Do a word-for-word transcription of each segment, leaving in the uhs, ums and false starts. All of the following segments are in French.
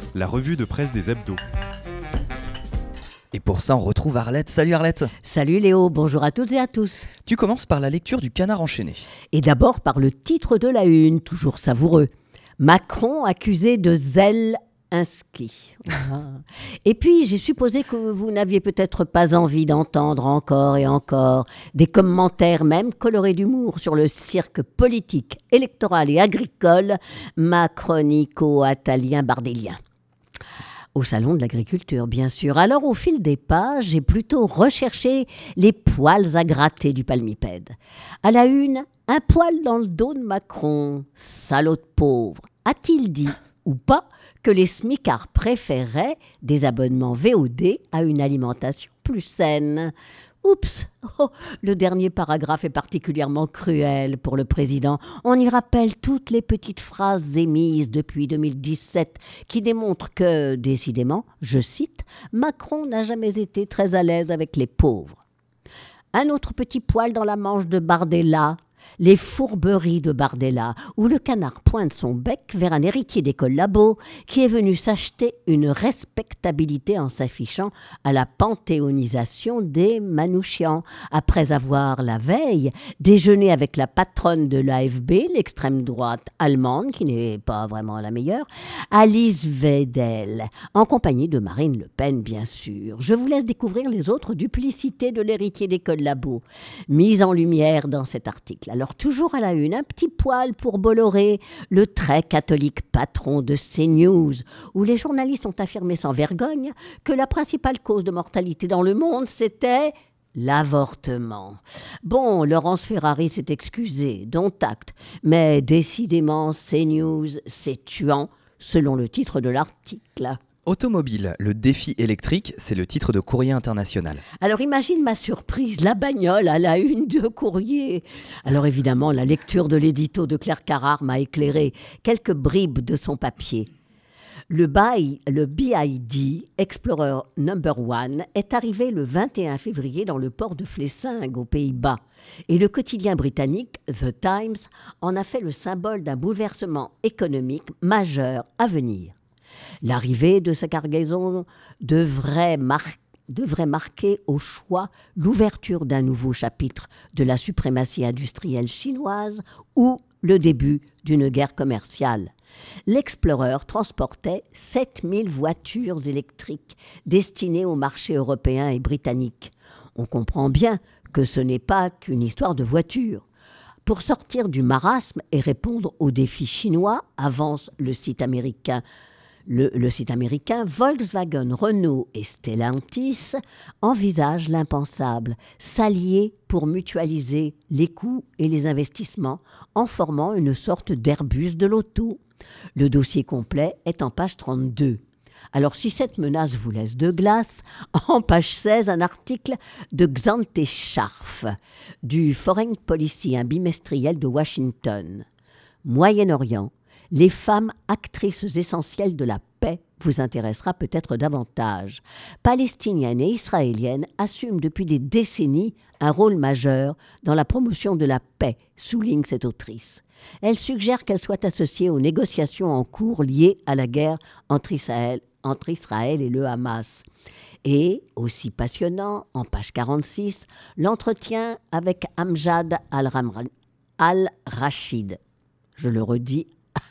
la revue de presse des hebdos. Et pour ça, on retrouve Arlette. Salut Arlette. Salut Léo, bonjour à toutes et à tous. Tu commences par la lecture du Canard enchaîné. Et d'abord par le titre de la une, toujours savoureux. Macron accusé de zèle inscrit. Et puis, j'ai supposé que vous n'aviez peut-être pas envie d'entendre encore et encore des commentaires, même colorés d'humour, sur le cirque politique, électoral et agricole macronico-attalien-bardélien. Au salon de l'agriculture, bien sûr. Alors, au fil des pages, j'ai plutôt recherché les poils à gratter du palmipède. À la une, un poil dans le dos de Macron. Salaud de pauvre. A-t-il dit, ou pas, que les smicards préféraient des abonnements V O D à une alimentation plus saine? Oups, oh, le dernier paragraphe est particulièrement cruel pour le président. On y rappelle toutes les petites phrases émises depuis deux mille dix-sept qui démontrent que, décidément, je cite, « Macron n'a jamais été très à l'aise avec les pauvres ». Un autre petit poil dans la manche de Bardella, les fourberies de Bardella, où le canard pointe son bec vers un héritier des collabos qui est venu s'acheter une respectabilité en s'affichant à la panthéonisation des Manouchians, après avoir, la veille, déjeuné avec la patronne de l'A F B, l'extrême droite allemande, qui n'est pas vraiment la meilleure, Alice Weidel, en compagnie de Marine Le Pen, bien sûr. Je vous laisse découvrir les autres duplicités de l'héritier des collabos, mises en lumière dans cet article. Alors, toujours à la une, un petit poil pour Bolloré, le très catholique patron de CNews, où les journalistes ont affirmé sans vergogne que la principale cause de mortalité dans le monde, c'était l'avortement. Bon, Laurence Ferrari s'est excusée, dont acte, mais décidément, CNews, c'est tuant, selon le titre de l'article. Automobile, le défi électrique, c'est le titre de Courrier International. Alors imagine ma surprise, la bagnole à la une de Courrier. Alors évidemment, la lecture de l'édito de Claire Carrard m'a éclairé quelques bribes de son papier. Le, B I, le B I D, Explorer Number One, est arrivé le vingt et un février dans le port de Flessingue, aux Pays-Bas. Et le quotidien britannique, The Times, en a fait le symbole d'un bouleversement économique majeur à venir. L'arrivée de sa cargaison devrait, mar- devrait marquer au choix l'ouverture d'un nouveau chapitre de la suprématie industrielle chinoise ou le début d'une guerre commerciale. L'Explorer transportait sept mille voitures électriques destinées au marché européen et britannique. On comprend bien que ce n'est pas qu'une histoire de voitures. Pour sortir du marasme et répondre aux défis chinois, avance le site américain Le, le site américain, Volkswagen, Renault et Stellantis envisagent l'impensable, s'allier pour mutualiser les coûts et les investissements en formant une sorte d'Airbus de l'auto. Le dossier complet est en page trente-deux. Alors si cette menace vous laisse de glace, en page seize, un article de Xante Scharf du Foreign Policy, un bimestriel de Washington. Moyen-Orient. Les femmes actrices essentielles de la paix vous intéressera peut-être davantage. Palestiniennes et israéliennes assument depuis des décennies un rôle majeur dans la promotion de la paix, souligne cette autrice. Elle suggère qu'elles soient associées aux négociations en cours liées à la guerre entre Israël, entre Israël et le Hamas. Et, aussi passionnant, en page quarante-six, l'entretien avec Amjad al-Rachid. Je le redis,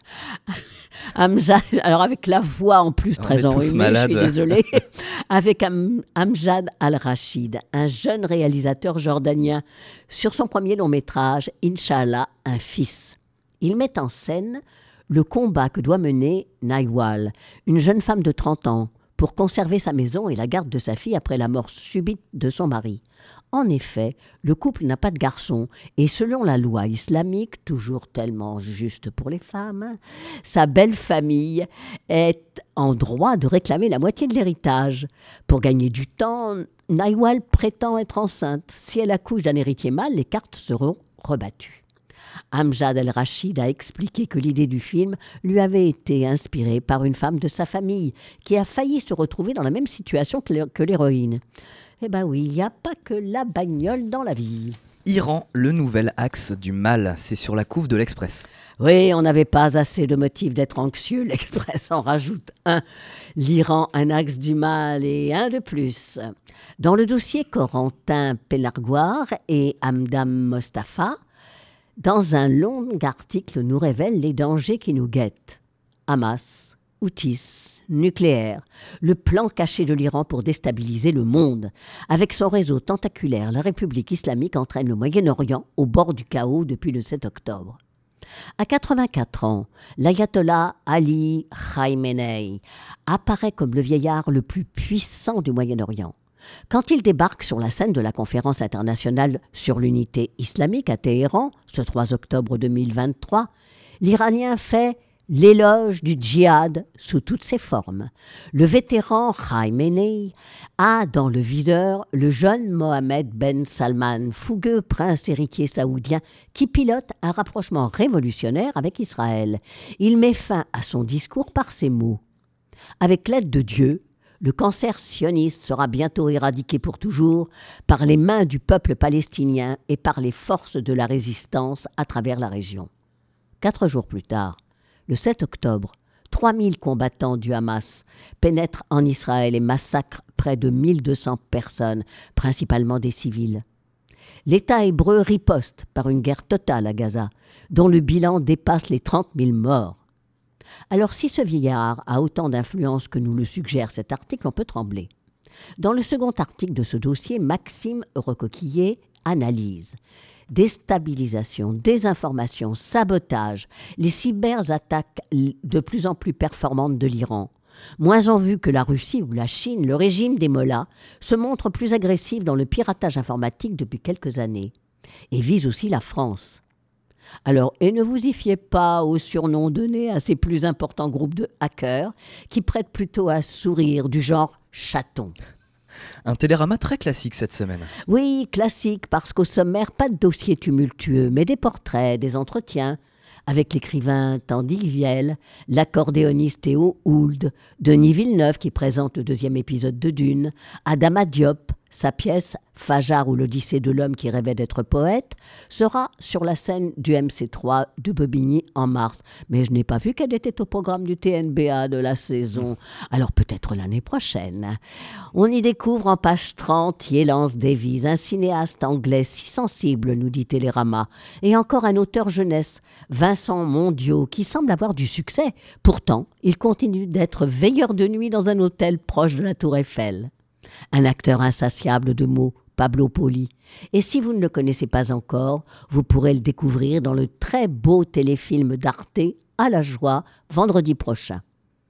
Amjad, alors avec la voix en plus très enrhumée, je suis désolée, avec Am, Amjad al-Rachid, un jeune réalisateur jordanien, sur son premier long métrage, Inch'Allah, un fils. Il met en scène le combat que doit mener Naïwal, une jeune femme de trente ans, pour conserver sa maison et la garde de sa fille après la mort subite de son mari. En effet, le couple n'a pas de garçon et selon la loi islamique, toujours tellement juste pour les femmes, sa belle famille est en droit de réclamer la moitié de l'héritage. Pour gagner du temps, Naïwal prétend être enceinte. Si elle accouche d'un héritier mâle, les cartes seront rebattues. Amjad al-Rachid a expliqué que l'idée du film lui avait été inspirée par une femme de sa famille qui a failli se retrouver dans la même situation que l'héroïne. Eh ben oui, il n'y a pas que la bagnole dans la vie. Iran, le nouvel axe du mal, c'est sur la couve de l'Express. Oui, on n'avait pas assez de motifs d'être anxieux. L'Express en rajoute un. L'Iran, un axe du mal et un de plus. Dans le dossier Corentin Pellargoire et Hamdam Mostafa, dans un long article nous révèle les dangers qui nous guettent. Hamas, Houthis, nucléaire, le plan caché de l'Iran pour déstabiliser le monde. Avec son réseau tentaculaire, la République islamique entraîne le Moyen-Orient au bord du chaos depuis le sept octobre. À quatre-vingt-quatre ans, l'ayatollah Ali Khamenei apparaît comme le vieillard le plus puissant du Moyen-Orient. Quand il débarque sur la scène de la conférence internationale sur l'unité islamique à Téhéran, ce trois octobre deux mille vingt-trois, l'Iranien fait l'éloge du djihad sous toutes ses formes. Le vétéran Khamenei a dans le viseur le jeune Mohammed Ben Salman, fougueux prince héritier saoudien qui pilote un rapprochement révolutionnaire avec Israël. Il met fin à son discours par ces mots. « Avec l'aide de Dieu, le cancer sioniste sera bientôt éradiqué pour toujours par les mains du peuple palestinien et par les forces de la résistance à travers la région. » Quatre jours plus tard, le sept octobre, trois mille combattants du Hamas pénètrent en Israël et massacrent près de mille deux cents personnes, principalement des civils. L'État hébreu riposte par une guerre totale à Gaza, dont le bilan dépasse les trente mille morts. Alors si ce vieillard a autant d'influence que nous le suggère cet article, on peut trembler. Dans le second article de ce dossier, Maxime Recoquillier analyse déstabilisation, désinformation, sabotage, les cyberattaques de plus en plus performantes de l'Iran. Moins en vue que la Russie ou la Chine, le régime des mollahs se montre plus agressif dans le piratage informatique depuis quelques années et vise aussi la France. Alors, et ne vous y fiez pas aux surnoms donnés à ces plus importants groupes de hackers qui prêtent plutôt à sourire du genre chaton. Un télérama très classique cette semaine. Oui, classique, parce qu'au sommaire, pas de dossier tumultueux, mais des portraits, des entretiens, avec l'écrivain Tandy Viel, l'accordéoniste Théo Hould, Denis Villeneuve qui présente le deuxième épisode de Dune, Adama Diop, sa pièce « Fajar ou l'Odyssée de l'homme qui rêvait d'être poète » sera sur la scène du M C trois de Bobigny en mars. Mais je n'ai pas vu qu'elle était au programme du T N B A de la saison. Alors peut-être l'année prochaine. On y découvre en page trente Yelance Davies, un cinéaste anglais si sensible, nous dit Télérama, et encore un auteur jeunesse, Vincent Mondiaux, qui semble avoir du succès. Pourtant, il continue d'être veilleur de nuit dans un hôtel proche de la Tour Eiffel. Un acteur insatiable de mots, Pablo Poli. Et si vous ne le connaissez pas encore, vous pourrez le découvrir dans le très beau téléfilm d'Arte, À la joie, vendredi prochain.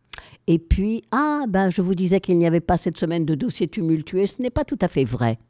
Et puis, ah, ben je vous disais qu'il n'y avait pas cette semaine de dossier tumultueux, ce n'est pas tout à fait vrai.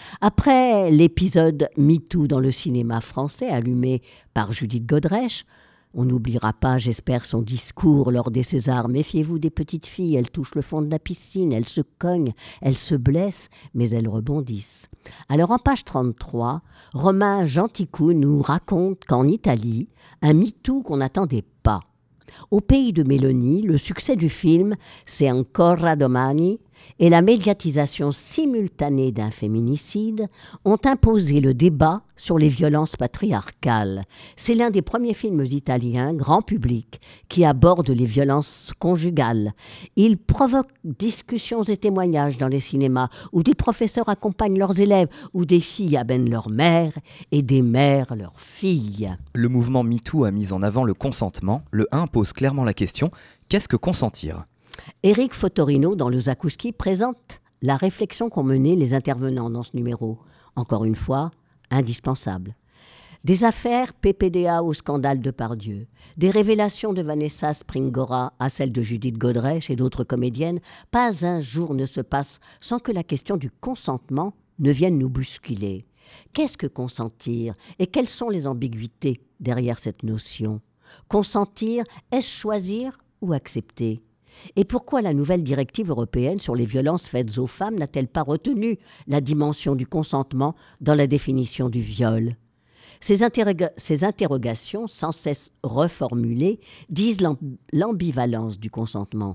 Après l'épisode MeToo dans le cinéma français, allumé par Judith Godrèche, on n'oubliera pas, j'espère, son discours lors des Césars. Méfiez-vous des petites filles, elles touchent le fond de la piscine, elles se cognent, elles se blessent, mais elles rebondissent. Alors en page trente-trois, Romain Genticou nous raconte qu'en Italie, un MeToo qu'on n'attendait pas. Au pays de Mélanie, le succès du film « C'est ancora domani » et la médiatisation simultanée d'un féminicide ont imposé le débat sur les violences patriarcales. C'est l'un des premiers films italiens, grand public, qui aborde les violences conjugales. Il provoque discussions et témoignages dans les cinémas, où des professeurs accompagnent leurs élèves, où des filles amènent leurs mères et des mères leurs filles. Le mouvement MeToo a mis en avant le consentement. Le un pose clairement la question, qu'est-ce que consentir ? Éric Fotorino, dans le Zakouski, présente la réflexion qu'ont menée les intervenants dans ce numéro. Encore une fois, indispensable. Des affaires P P D A au scandale de Pardieu, des révélations de Vanessa Springora à celle de Judith Godrèche et d'autres comédiennes, pas un jour ne se passe sans que la question du consentement ne vienne nous bousculer. Qu'est-ce que consentir et quelles sont les ambiguïtés derrière cette notion ? Consentir, est-ce choisir ou accepter ? Et pourquoi la nouvelle directive européenne sur les violences faites aux femmes n'a-t-elle pas retenu la dimension du consentement dans la définition du viol ? Ces, interroga- ces interrogations, sans cesse reformulées, disent l'ambivalence du consentement.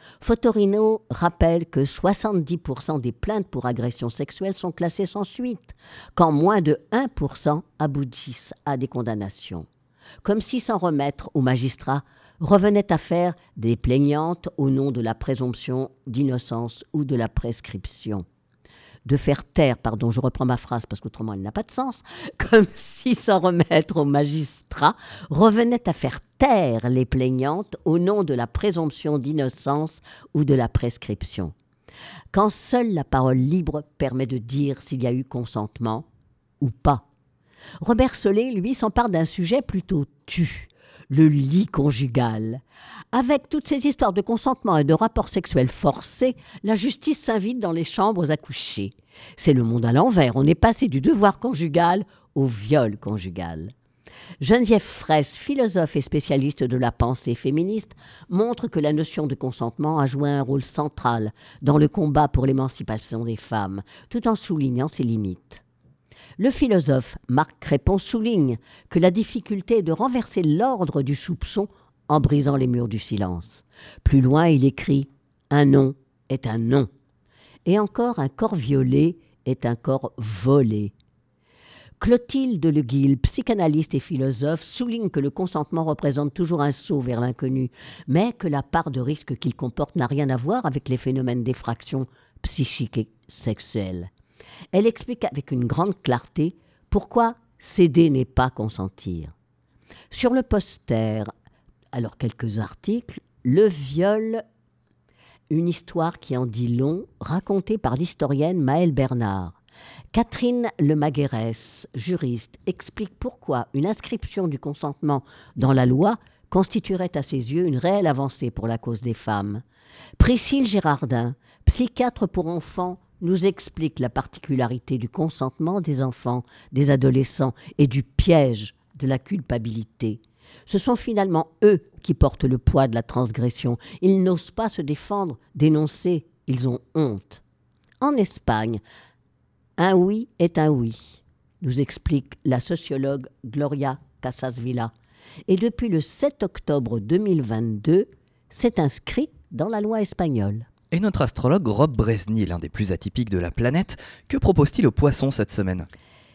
Fotorino rappelle que soixante-dix pour cent des plaintes pour agression sexuelle sont classées sans suite, quand moins de un pour cent aboutissent à des condamnations. Comme si s'en remettre aux magistrats revenait à faire des plaignantes au nom de la présomption d'innocence ou de la prescription. De faire taire, pardon, je reprends ma phrase parce qu'autrement elle n'a pas de sens, comme si s'en remettre aux magistrats revenait à faire taire les plaignantes au nom de la présomption d'innocence ou de la prescription. Quand seule la parole libre permet de dire s'il y a eu consentement ou pas. Robert Solé, lui, s'empare d'un sujet plutôt tu, le lit conjugal. Avec toutes ces histoires de consentement et de rapports sexuels forcés, la justice s'invite dans les chambres à coucher. C'est le monde à l'envers, on est passé du devoir conjugal au viol conjugal. Geneviève Fraisse, philosophe et spécialiste de la pensée féministe, montre que la notion de consentement a joué un rôle central dans le combat pour l'émancipation des femmes, tout en soulignant ses limites. Le philosophe Marc Crépon souligne que la difficulté est de renverser l'ordre du soupçon en brisant les murs du silence. Plus loin, il écrit « Un non est un non ». Et encore, un corps violé est un corps volé. Clotilde Le Guil, psychanalyste et philosophe, souligne que le consentement représente toujours un saut vers l'inconnu, mais que la part de risque qu'il comporte n'a rien à voir avec les phénomènes d'effraction psychique et sexuelle. Elle explique avec une grande clarté pourquoi céder n'est pas consentir. Sur le poster, alors quelques articles, le viol, une histoire qui en dit long, racontée par l'historienne Maëlle Bernard. Catherine Lemaguérès, juriste, explique pourquoi une inscription du consentement dans la loi constituerait à ses yeux une réelle avancée pour la cause des femmes. Priscille Girardin, psychiatre pour enfants, nous explique la particularité du consentement des enfants, des adolescents et du piège de la culpabilité. Ce sont finalement eux qui portent le poids de la transgression. Ils n'osent pas se défendre, dénoncer, ils ont honte. En Espagne, un oui est un oui, nous explique la sociologue Gloria Casasvila. Et depuis le sept octobre deux mille vingt-deux, c'est inscrit dans la loi espagnole. Et notre astrologue Rob Brezny, l'un des plus atypiques de la planète, que propose-t-il aux poissons cette semaine ?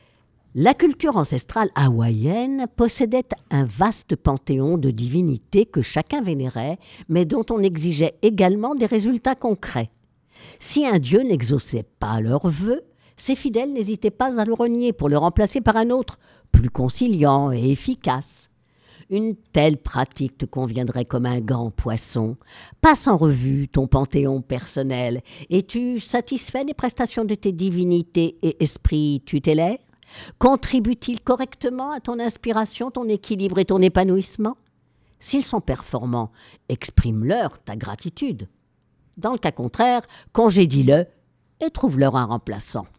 La culture ancestrale hawaïenne possédait un vaste panthéon de divinités que chacun vénérait, mais dont on exigeait également des résultats concrets. Si un dieu n'exauçait pas leurs vœux, ses fidèles n'hésitaient pas à le renier pour le remplacer par un autre, plus conciliant et efficace. Une telle pratique te conviendrait comme un gant, poisson. Passe en revue ton panthéon personnel. Es-tu satisfait des prestations de tes divinités et esprits tutélaires ? Contribuent-ils correctement à ton inspiration, ton équilibre et ton épanouissement ? S'ils sont performants, exprime-leur ta gratitude. Dans le cas contraire, congédie-le et trouve-leur un remplaçant.